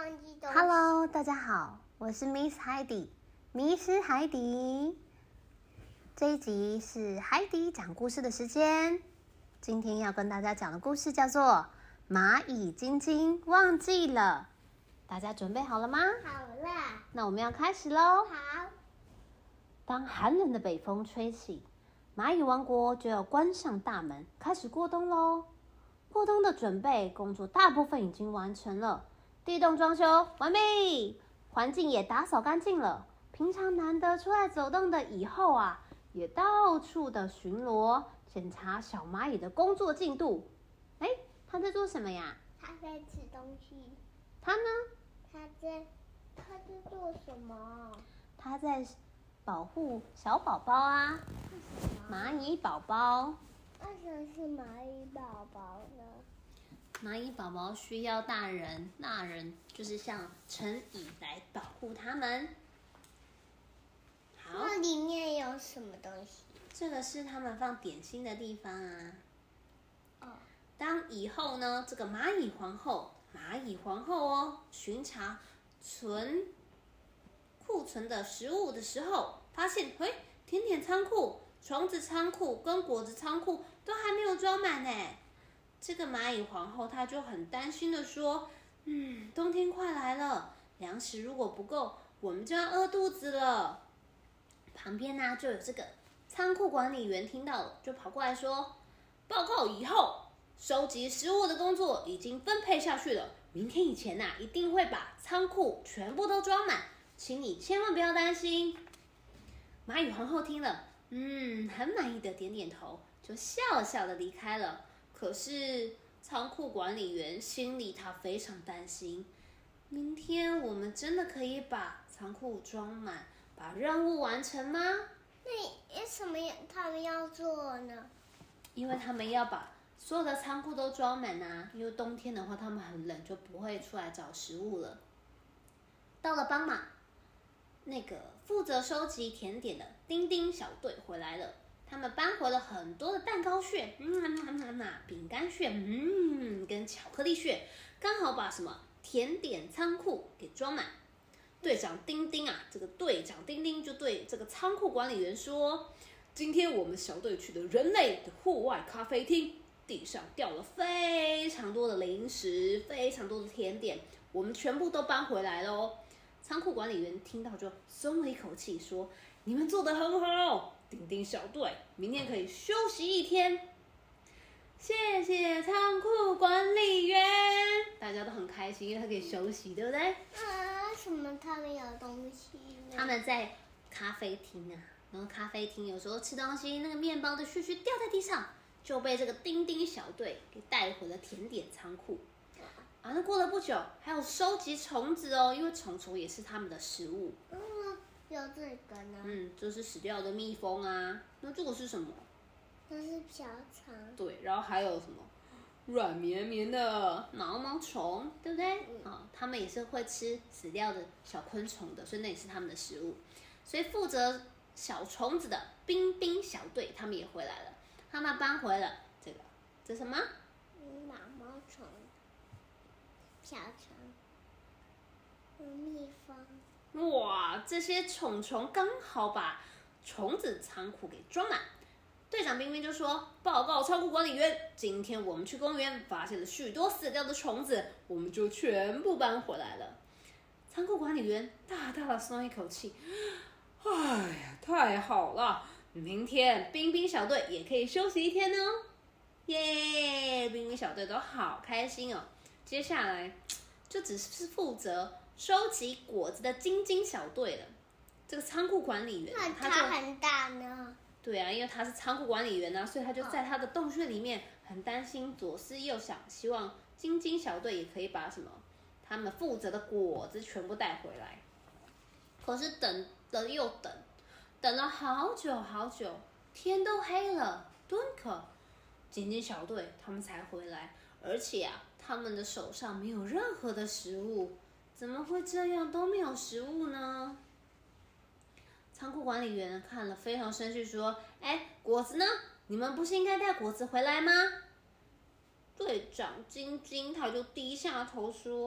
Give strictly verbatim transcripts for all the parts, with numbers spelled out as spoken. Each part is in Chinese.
忘记东西。 Hello， 大家好，我是 Miss 海底，迷失海底。这一集是海底讲故事的时间。今天要跟大家讲的故事叫做《蚂蚁晶晶忘记了》。大家准备好了吗？ 好了。 那我们要开始喽。 好。 当寒冷的北风吹起，蚂蚁王国就要关上大门，开始过冬喽。过冬的准备工作大部分已经完成了，地洞装修完毕，环境也打扫干净了。平常难得出来走动的蚁后啊，也到处的巡逻，检查小蚂蚁的工作进度。哎，他在做什么呀？ 他在吃东西。 他呢？ 他在他在做什么？ 他在保护小宝宝啊，蚂蚁宝宝。 为什么是蚂蚁宝宝呢？ 蚂蚁宝宝需要大人，大人就是像成蚁来保护他们。好， 那里面有什么东西？ 这个是他们放点心的地方啊。 哦。 当以后呢，这个蚂蚁皇后，蚂蚁皇后哦，巡查存库存的食物的时候，发现，嘿，甜点仓库、虫子仓库跟果子仓库都还没有装满呢。这个蚂蚁皇后她就很担心的说：“嗯，冬天快来了，粮食如果不够，我们就要饿肚子了。”旁边呢、啊、就有这个仓库管理员听到了，就跑过来说：“报告以后，收集食物的工作已经分配下去了，明天以前呐、啊、一定会把仓库全部都装满，请你千万不要担心。”蚂蚁皇后听了，嗯，很满意的点点头，就笑笑的离开了。可是仓库管理员心里他非常担心，明天我们真的可以把仓库装满，把任务完成吗？ 那为什么他们要做呢？ 因为他们要把所有的仓库都装满啊，因为冬天的话他们很冷，就不会出来找食物了。到了傍晚，那个负责收集甜点的丁丁小队回来了。他们搬回了很多的蛋糕屑，嗯，饼干屑，嗯，跟巧克力屑，刚好把什么甜点仓库给装满。队长丁丁啊，这个队长丁丁就对这个仓库管理员说：“今天我们小队去的人类的户外咖啡厅，地上掉了非常多的零食，非常多的甜点，我们全部都搬回来了哦。”仓库管理员听到就松了一口气，说：“你们做得很好。丁丁小队，明天可以休息一天。”谢谢仓库管理员，大家都很开心，因为他可以休息，对不对？ 啊，什么他们有东西呢？ 他们在咖啡厅啊，然后咖啡厅有时候吃东西，那个面包的屑屑掉在地上，就被这个丁丁小队给带回了甜点仓库。啊，那过了不久，还有收集虫子哦，因为虫虫也是他们的食物。 嗯，有这个呢。 嗯，这是死掉的蜜蜂啊。那这个是什么？ 这是小肠。 对，然后还有什么？软绵绵的毛毛虫，对不对？嗯、哦，他们也是会吃死掉的小昆虫的，所以那也是他们的食物。所以负责小虫子的冰冰小队，他们也回来了。他们搬回了这个，这什么？ 毛毛虫。小虫。蜜蜂。 哇，这些虫虫刚好把虫子仓库给装满。队长冰冰就说：“报告仓库管理员，今天我们去公园发现了许多死掉的虫子，我们就全部搬回来了。”仓库管理员大大的松一口气，哎呀，太好了！明天冰冰小队也可以休息一天哦。耶，冰冰小队都好开心哦。接下来就只是负责收集果子的晶晶小队了。这个仓库管理员， 那他它很大呢。 对啊，因为他是仓库管理员啊，所以他就在他的洞穴里面很担心，左思右想，希望晶晶小队也可以把什么他们负责的果子全部带回来。可是等了又等，等了好久好久，天都黑了，顿可晶晶小队他们才回来，而且啊，他们的手上没有任何的食物，怎么会这样都没有食物呢？仓库管理员看了非常生气，说：“哎，果子呢？你们不是应该带果子回来吗？”队长晶晶他就低下头说：“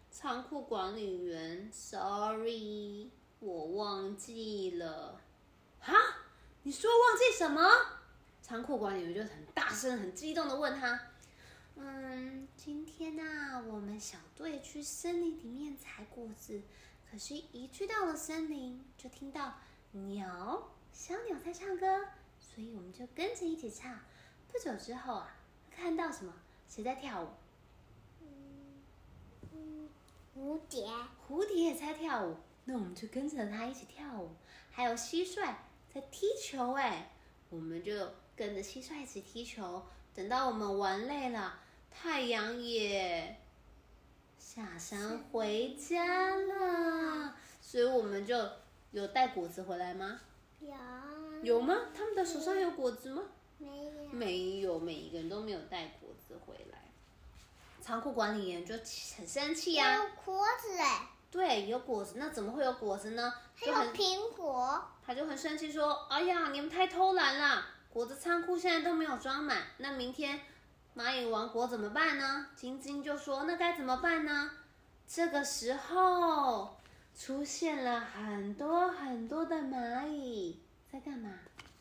仓库管理员 ，sorry， 我忘记了。哈？你说忘记什么？仓库管理员就很大声、很激动的问他：“嗯，今天啊，我们小队去森林里面采果子，可是，一去到了森林，就听到鸟、小鸟在唱歌，所以我们就跟着一起唱。不久之后啊，看到什么？谁在跳舞？ 嗯嗯，蝴蝶， 蝴蝶也在跳舞，那我们就跟着它一起跳舞。还有蟋蟀在踢球，哎，我们就跟着蟋蟀一起踢球。等到我们玩累了，太阳也下山回家了，所以我们就有带果子回来吗？ 有。 有吗？他们的手上有果子吗？ 没有。 没有，每一个人都没有带果子回来。仓库管理员就很生气啊！ 有果子哎。 对，有果子，那怎么会有果子呢？ 还有苹果。 他就很生气说：“哎呀，你们太偷懒了！果子仓库现在都没有装满，那明天蚂蚁王国怎么办呢？”晶晶就说：“那该怎么办呢？”这个时候出现了很多很多的蚂蚁，在干嘛？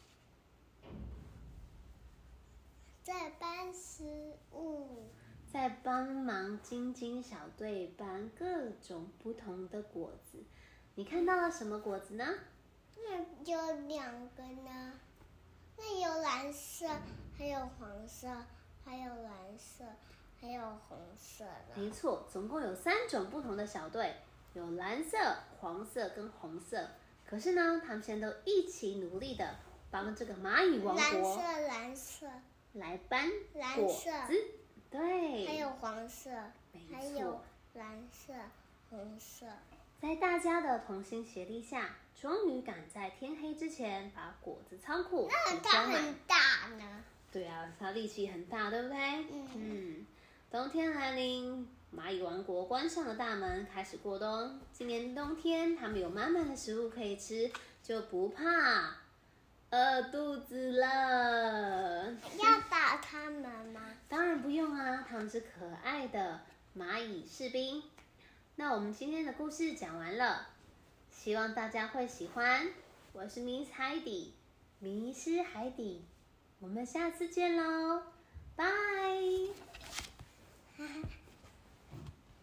在搬食物。 在帮忙晶晶小队搬各种不同的果子。你看到了什么果子呢？ 那有两个呢，那有蓝色，还有黄色，还有蓝色，还有红色的。 没错，总共有三种不同的小队，有蓝色、黄色跟红色。可是呢，他们现在都一起努力的帮这个蚂蚁王国蓝色，蓝色来搬蓝果色子。对， 还有黄色， 没还有错， 蓝色、红色。 在大家的同心协力下，终于赶在天黑之前把果子仓库那给装满。 它很大呢。 对啊，它力气很大，对不对？ 嗯嗯。冬天来临，蚂蚁王国关上了大门，开始过冬。今年冬天，他们有满满的食物可以吃，就不怕饿肚子了。 要打他们吗？ 当然不用啊，他们是可爱的蚂蚁士兵。那我们今天的故事讲完了，希望大家会喜欢。我是 Miss 海底，迷失海底，我们下次见喽，拜。